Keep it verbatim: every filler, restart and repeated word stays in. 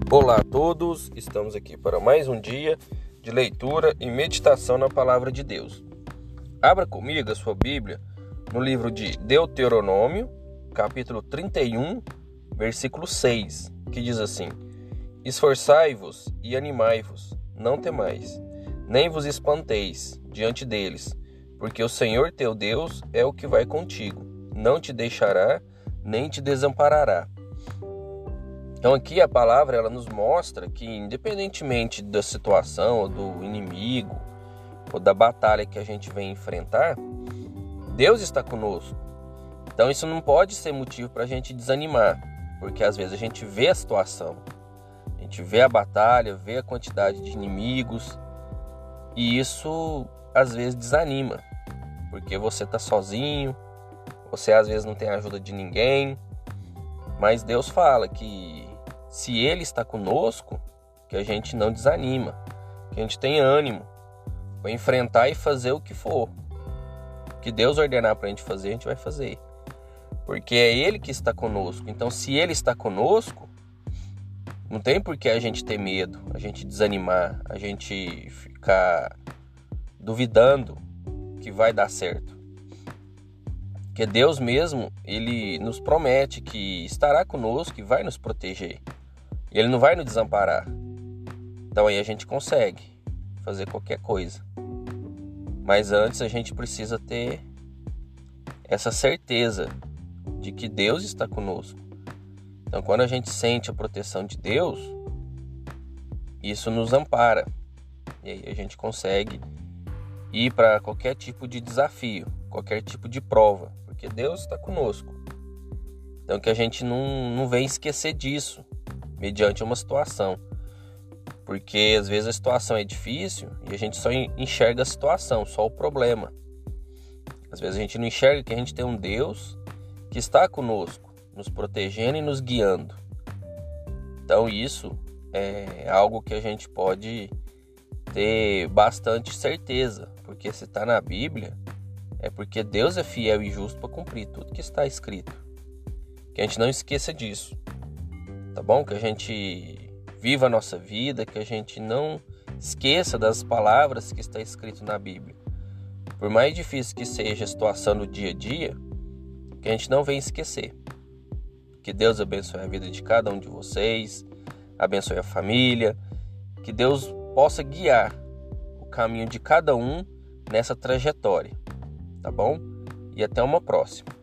Olá a todos, estamos aqui para mais um dia de leitura e meditação na Palavra de Deus. Abra comigo a sua Bíblia no livro de Deuteronômio, capítulo trinta e um, versículo seis, que diz assim: Esforçai-vos e animai-vos, não temais, nem vos espanteis diante deles, porque o Senhor teu Deus é o que vai contigo, não te deixará, nem te desamparará. Então aqui a palavra ela nos mostra que independentemente da situação, ou do inimigo, ou da batalha que a gente vem enfrentar, Deus está conosco. Então isso não pode ser motivo para a gente desanimar, porque às vezes a gente vê a situação, a gente vê a batalha, vê a quantidade de inimigos, e isso às vezes desanima, porque você está sozinho, você às vezes não tem a ajuda de ninguém, mas Deus fala que se Ele está conosco, que a gente não desanima, que a gente tem ânimo para enfrentar e fazer o que for. O que Deus ordenar para a gente fazer, a gente vai fazer. Porque é Ele que está conosco. Então, se Ele está conosco, não tem por que a gente ter medo, a gente desanimar, a gente ficar duvidando que vai dar certo. Porque Deus mesmo, Ele nos promete que estará conosco e vai nos proteger. Ele não vai nos desamparar. Então aí a gente consegue fazer qualquer coisa. Mas antes a gente precisa ter essa certeza de que Deus está conosco. Então quando a gente sente a proteção de Deus, isso nos ampara. E aí a gente consegue ir para qualquer tipo de desafio, qualquer tipo de prova, porque Deus está conosco. Então que a gente não, não venha esquecer disso mediante uma situação, porque às vezes a situação é difícil e a gente só enxerga a situação, só o problema. Às vezes a gente não enxerga que a gente tem um Deus que está conosco, nos protegendo e nos guiando. Então isso é algo que a gente pode ter bastante certeza, porque se está na Bíblia, é porque Deus é fiel e justo para cumprir tudo que está escrito. Que a gente não esqueça disso, tá bom? Que a gente viva a nossa vida, que a gente não esqueça das palavras que está escrito na Bíblia. Por mais difícil que seja a situação no dia a dia, que a gente não venha esquecer. Que Deus abençoe a vida de cada um de vocês, abençoe a família, que Deus possa guiar o caminho de cada um nessa trajetória, tá bom? E até uma próxima.